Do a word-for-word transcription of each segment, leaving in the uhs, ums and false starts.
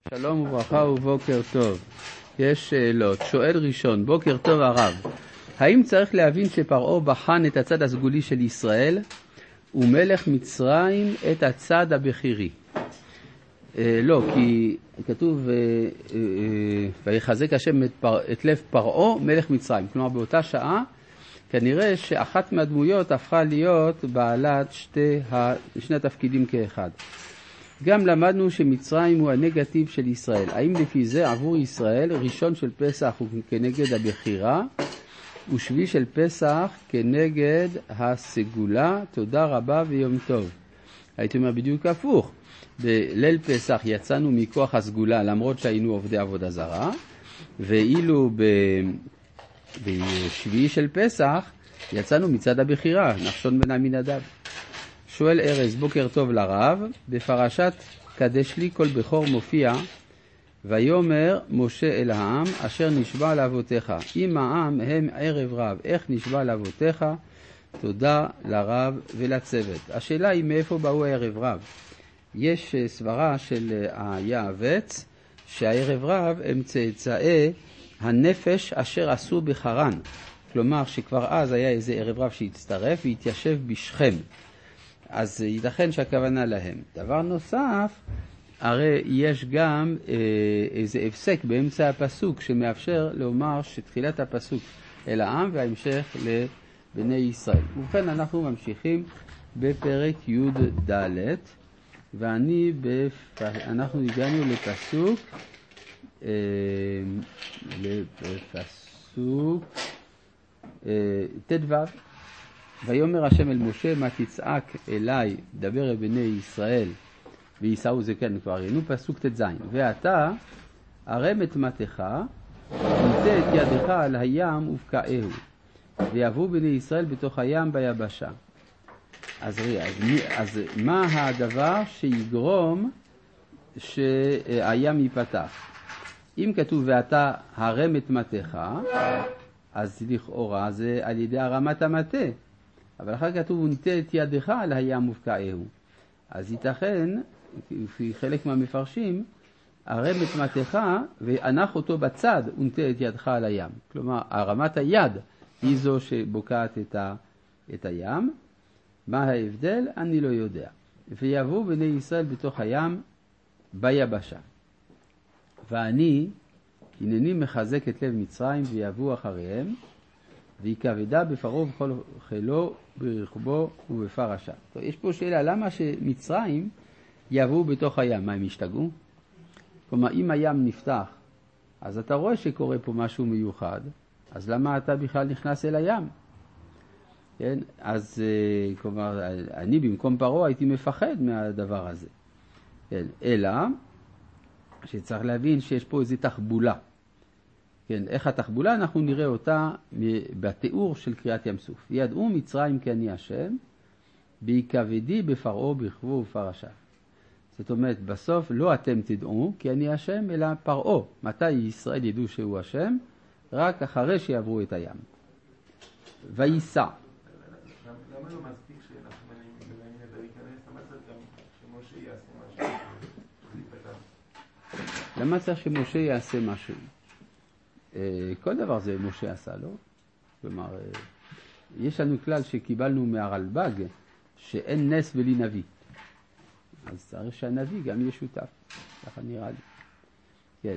שלום וברכה ובוקר טוב. יש שאלות. שואל ראשון, בוקר טוב הרב. האם צריך להבין שפרעה בחן את הצד הסגולי של ישראל ומלך מצרים את הצד הבכירי? אה, לא, כי כתוב אה, אה, ויחזק השם את, פר, את לב פרעה מלך מצרים. כלומר באותה שעה כנראה שאחת מהדמויות הפכה להיות בעלת שתי, שני התפקידים כאחד. גם למדנו שמצרים הוא הנגטיב של ישראל. האם לפי זה עבור ישראל ראשון של פסח הוא כנגד הבחירה ושביעי של פסח כנגד הסגולה? תודה רבה ויום טוב. הייתי אומר בדיוק הפוך. בליל פסח יצאנו מכוח הסגולה למרות שהיינו עובדי עבודה זרה, ואילו בשביעי של פסח יצאנו מצד הבחירה, נחשון בן עמינדב. שואל ארז, בוקר טוב לרב. בפרשת קדש לי כל בכור מופיע ויאמר משה אל העם אשר נשבע לאבותיך, אם העם הם ערב רב, איך נשבע לאבותיך? תודה לרב ולצוות. השאלה היא מאיפה באו הערב רב. יש סברה של היעבץ שהערב רב הם צאצאי הנפש אשר עשו בחרן, כלומר שכבר אז היה איזה ערב רב שהצטרף והתיישב בשכם, אז ייתכן שהכוונה להם. דבר נוסף, הרי יש גם אה, איזה הפסק באמצע הפסוק שמאפשר לומר שתחילת הפסוק אל העם וההמשך לבני ישראל. ובכן אנחנו ממשיכים בפרק י' ד' ואני בפ... אנחנו הגענו לפסוק אה, לפסוק אה, תדו. ויאמר השם אל משה, מה תצעק אליי, דבר אל בני ישראל ויישאו, זה כן כבר ראינו, פסוק תז. ואתה הרם את מטך ונטה את ידך על הים ובקעהו ויעברו בני ישראל בתוך הים ביבשה. אז, אז, אז מה הדבר שיגרום שהים ייפתח? אם כתוב ואתה הרם את מטך, אז לכאורה זה על ידי הרמת המטה, אבל אחר כתוב ונטה את ידך על הים ובקעהו. אז ייתכן, לפי חלק מהמפרשים, הרם את מטך והנח אותו בצד ונטה את ידך על הים. כלומר, הרמת היד היא זו שבוקעת את, ה, את הים. מה ההבדל? אני לא יודע. ויעברו בני ישראל בתוך הים ביבשה. ואני, הנני מחזק את לב מצרים ויעברו אחריהם, ויקבדה בפרעה ובכל חילו ברכבו ובפרשה. טוב, יש פה שאלה, למה שמצרים יעברו בתוך הים? מה, הם ישתגעו? כלומר, אם הים נפתח, אז אתה רואה שקורה פה משהו מיוחד, אז למה אתה בכלל נכנס אל הים? כן? אז, כלומר, אני במקום פרעה הייתי מפחד מהדבר הזה. כן? אלא שצריך להבין שיש פה איזו תחבולה. כן, איך התחבולה? אנחנו נראה אותה בתיאור של קריאת ים סוף. ידעו מצרים כי אני השם, ויקבדי בפרעה ברכבו ובפרשה. זאת אומרת, בסוף לא אתם תדעו כי אני השם, אלא פרעה. מתי ישראל ידעו שהוא השם? רק אחרי שיעברו את הים. וייסע. למה לא מספיק שנחמנים בלעים נדע להיכנס? למה צריך גם שמשה יעשה משהו? למה צריך שמשה יעשה משהו? כל דבר זה משה עשה, לא? כלומר, יש לנו כלל שקיבלנו מהרלב"ג שאין נס בלי נביא. אז צריך שהנביא גם יהיה שותף. ככה נראה לי. כן.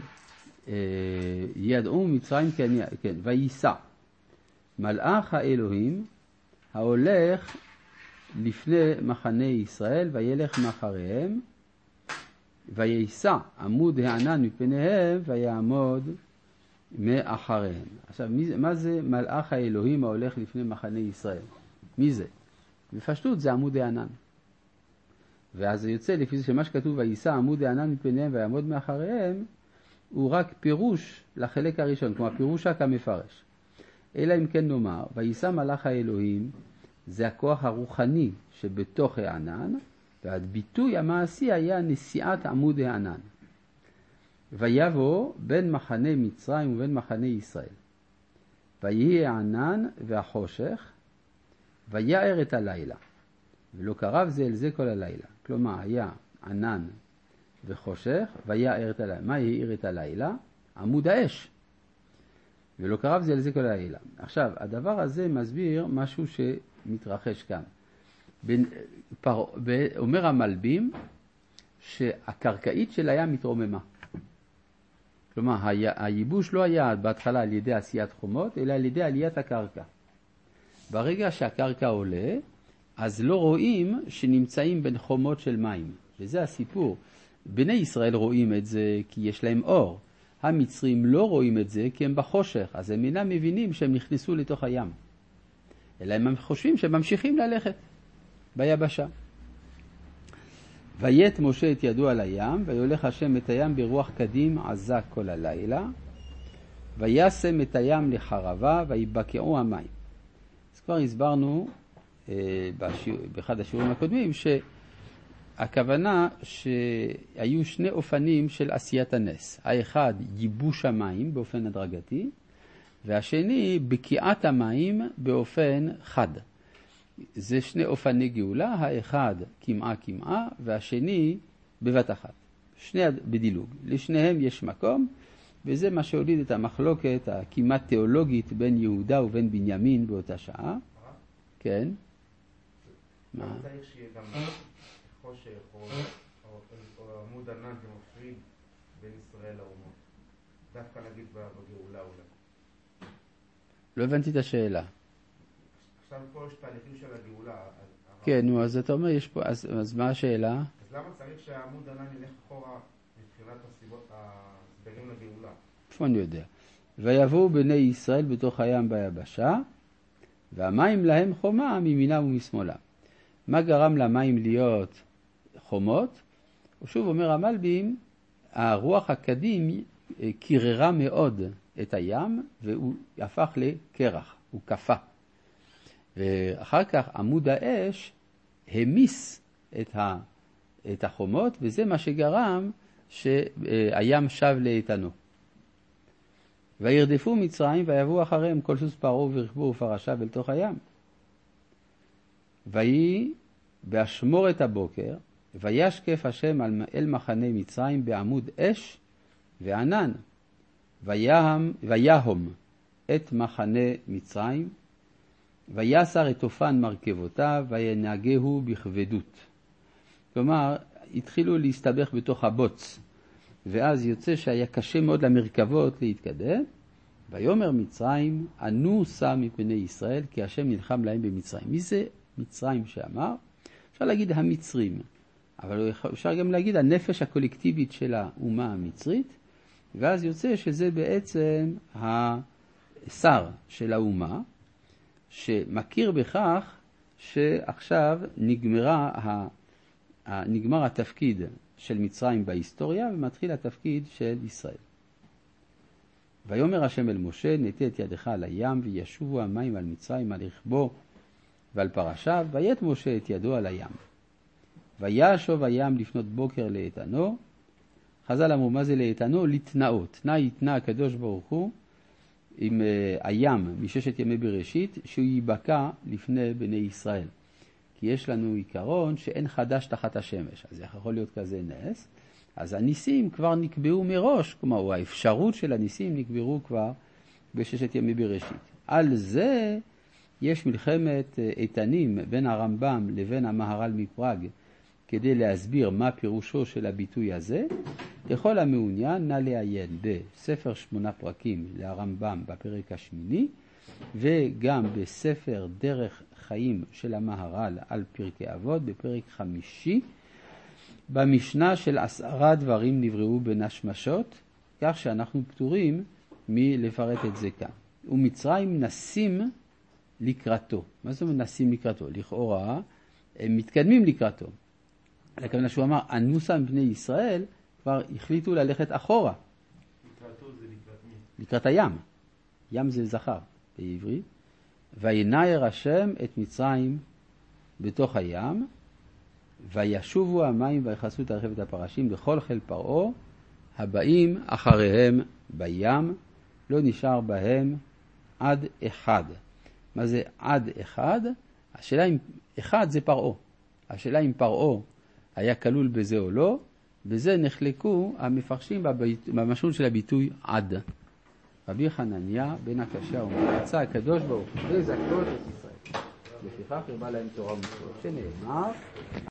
ידעו מצרים כן, כן. וייסע. מלאך האלוהים ההולך לפני מחנה ישראל וילך מאחריהם וייסע עמוד הענן מפניהם ויעמוד מאחריהם. עכשיו, מי, מה זה מלאך האלוהים ההולך לפני מחנה ישראל? מי זה? בפשטות זה עמוד הענן. ואז זה יוצא לפי זה שמה שכתוב וייסע עמוד הענן מפניהם ויעמוד מאחריהם הוא רק פירוש לחלק הראשון, כלומר פירוש רק המפרש. אלא אם כן נאמר, וייסע מלאך האלוהים זה הכוח הרוחני שבתוך הענן, והביטוי המעשי היה נסיעת עמוד הענן. ויבוא בין מחנה מצרים ובין מחנה ישראל. ויהי הענן והחושך, ויער את הלילה. ולא קרב זה אל זה כל הלילה. כלומר, היה ענן וחושך, ויער את הלילה. מה יאיר את הלילה? עמוד האש. ולא קרב זה לזה כל הלילה. עכשיו, הדבר הזה מסביר משהו שמתרחש כאן. בין, פר, ב, אומר המלבים שהקרקעית של הים מתרוממה. כלומר, הייבוש לא היה בהתחלה על ידי עשיית חומות, אלא על ידי עליית הקרקע. ברגע שהקרקע עולה, אז לא רואים שנמצאים בין חומות של מים. וזה הסיפור. בני ישראל רואים את זה כי יש להם אור. המצרים לא רואים את זה כי הם בחושך, אז הם אינם מבינים שהם נכנסו לתוך הים. אלא הם חושבים שהם ממשיכים ללכת ביבשה. ויית משה את ידו על הים, ויולך השם את הים ברוח קדים עזה כל הלילה, וישם את הים לחרבה, ויבקעו המים. אז כבר הסברנו אה, בשיעור, באחד השיעורים הקודמים, שהכוונה שהיו שני אופנים של עשיית הנס. האחד, ייבוש המים באופן הדרגתי, והשני, בקיעת המים באופן חד. זה שני אופני גאולה, האחד כמעה כמעה, והשני בבת אחת. שני בדילוג. לשניהם יש מקום, וזה מה שהוליד את המחלוקת הכמעט תיאולוגית בין יהודה ובין בנימין באותה שעה. כן. מה? צריך שיהיה גם חושך או עמוד ענן שמפריד בין ישראל לאומות. דווקא נגיד בגאולה אולי. לא הבנתי את השאלה. עכשיו פה יש תהליכים של הגאולה. כן, נו, אז אתה אומר, יש פה, אז, אז מה השאלה? אז למה צריך שהעמוד ענן ילך אחורה מבחינת הסיבות, ההסברים לגאולה? איפה אני יודע? ויבואו בני ישראל בתוך הים ביבשה, והמים להם חומה מימינם ומשמאלה. מה גרם למים להיות חומות? הוא שוב אומר המלבים, הרוח הקדים קיררה מאוד את הים, והוא הפך לקרח, הוא קפה. ואחר כך עמוד האש המיס את, ה, את החומות, וזה מה שגרם שהים שב לאיתנו. וירדפו מצרים ויבואו אחריהם כל סוס פרעה ורכבו ופרשה אל תוך הים. ויהי באשמורת הבוקר, וישקף השם אל מחנה מצרים בעמוד אש וענן, ויהם, ויהם את מחנה מצרים, ויסר את אופן מרכבותיו, וינהגהו בכבדות. כלומר, התחילו להסתבך בתוך הבוץ, ואז יוצא שהיה קשה מאוד למרכבות להתקדם, ויאמר מצרים, ענו שא מפני ישראל, כי השם נלחם להם במצרים. מי זה מצרים שאמר? אפשר להגיד המצרים, אבל אפשר גם להגיד הנפש הקולקטיבית של האומה המצרית, ואז יוצא שזה בעצם השר של האומה, שמכיר בכך שעכשיו נגמרה, נגמר התפקיד של מצרים בהיסטוריה, ומתחיל התפקיד של ישראל. ויאמר השם אל משה, נטה את ידך על הים, וישובו המים על מצרים, על רכבו ועל פרשיו, ויית משה את ידו על הים. וישוב הים לפנות בוקר לאיתנו. חז"ל אמרו, מה זה לאיתנו? לתנאו. תנא יתנא הקדוש ברוך הוא עם uh, הים מששת ימי בראשית, שהוא ייבקע לפני בני ישראל. כי יש לנו עיקרון שאין חדש תחת השמש, אז איך יכול להיות כזה נס? אז הניסים כבר נקבעו מראש, כלומר האפשרות של הניסים נקבעו כבר בששת ימי בראשית. על זה יש מלחמת איתנים בין הרמב"ם לבין המהר"ל מפראג, כדי להסביר מה פירושו של הביטוי הזה. לכל המעוניין נא לעיין בספר שמונה פרקים לרמב"ם בפרק השמיני, וגם בספר דרך חיים של המהר"ל על פרקי אבות בפרק חמישי, במשנה של עשרה דברים נבראו בין השמשות, כך שאנחנו פטורים מלפרט את זה כאן. ומצרים נסים לקראתו. מה זאת אומרת נסים לקראתו? לכאורה הם מתקדמים לקראתו. הכוונה שהוא אמר, ענו שא מפני ישראל, כבר החליטו ללכת אחורה. לקראתו זה לקראת מי? לקראת הים. ים זה זכר בעברית. וינער השם את מצרים בתוך הים, וישובו המים ויכסו את הרכבת הפרשים לכל חיל פרעה, הבאים אחריהם בים, לא נשאר בהם עד אחד. מה זה עד אחד? השאלה אם אחד זה פרעה. השאלה אם פרעה היה כלול בזה או לא, וזה נחלקו המפרשים במשמעות של הביטוי עד. רבי חנניה בן הקשה אומר, רצה הקדוש ברוך הוא לזכות את ישראל. לפיכך הרבה להם תורה ומצוות, שנאמר